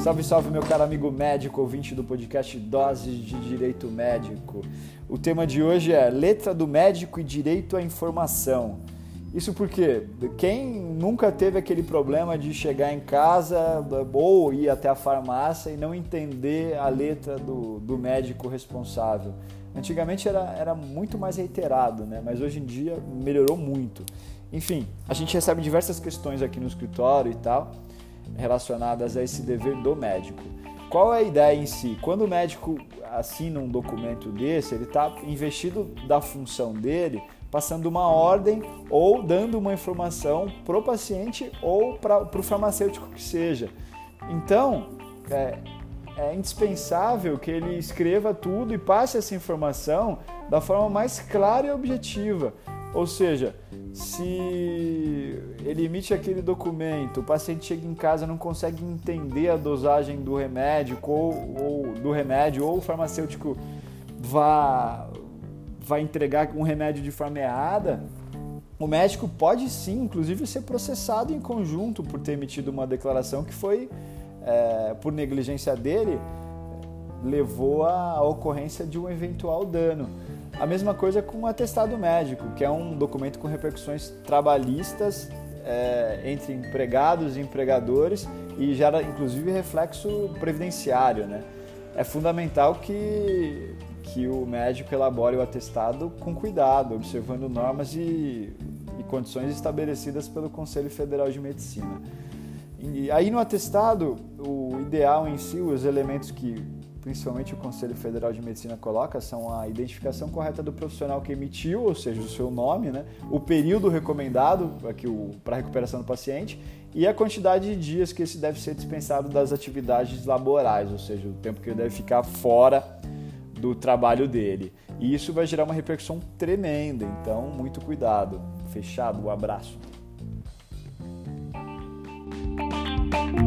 Salve, salve, meu caro amigo médico, ouvinte do podcast Doses de Direito Médico. O tema de hoje é letra do médico e direito à informação. Isso porque quem nunca teve aquele problema de chegar em casa ou ir até a farmácia e não entender a letra do médico responsável? Antigamente era muito mais reiterado, né? Mas hoje em dia melhorou muito. Enfim, a gente recebe diversas questões aqui no escritório e tal, relacionadas a esse dever do médico. Qual é a ideia em si? Quando o médico assina um documento desse, ele está investido da função dele, passando uma ordem ou dando uma informação para o paciente ou para o farmacêutico que seja. Então, é indispensável que ele escreva tudo e passe essa informação da forma mais clara e objetiva. Ou seja, se ele emite aquele documento, o paciente chega em casa e não consegue entender a dosagem do remédio ou o farmacêutico vai entregar um remédio de forma errada, o médico pode sim, inclusive, ser processado em conjunto por ter emitido uma declaração que foi, por negligência dele, levou à ocorrência de um eventual dano. A mesma coisa com o atestado médico, que é um documento com repercussões trabalhistas entre empregados e empregadores e gera inclusive reflexo previdenciário, né? É fundamental que o médico elabore o atestado com cuidado, observando normas e condições estabelecidas pelo Conselho Federal de Medicina. E aí no atestado, o ideal em si, os elementos que principalmente o Conselho Federal de Medicina coloca, são a identificação correta do profissional que emitiu, ou seja, o seu nome, né? O período recomendado para a recuperação do paciente e a quantidade de dias que esse deve ser dispensado das atividades laborais, ou seja, o tempo que ele deve ficar fora do trabalho dele. E isso vai gerar uma repercussão tremenda, então muito cuidado. Fechado, um abraço.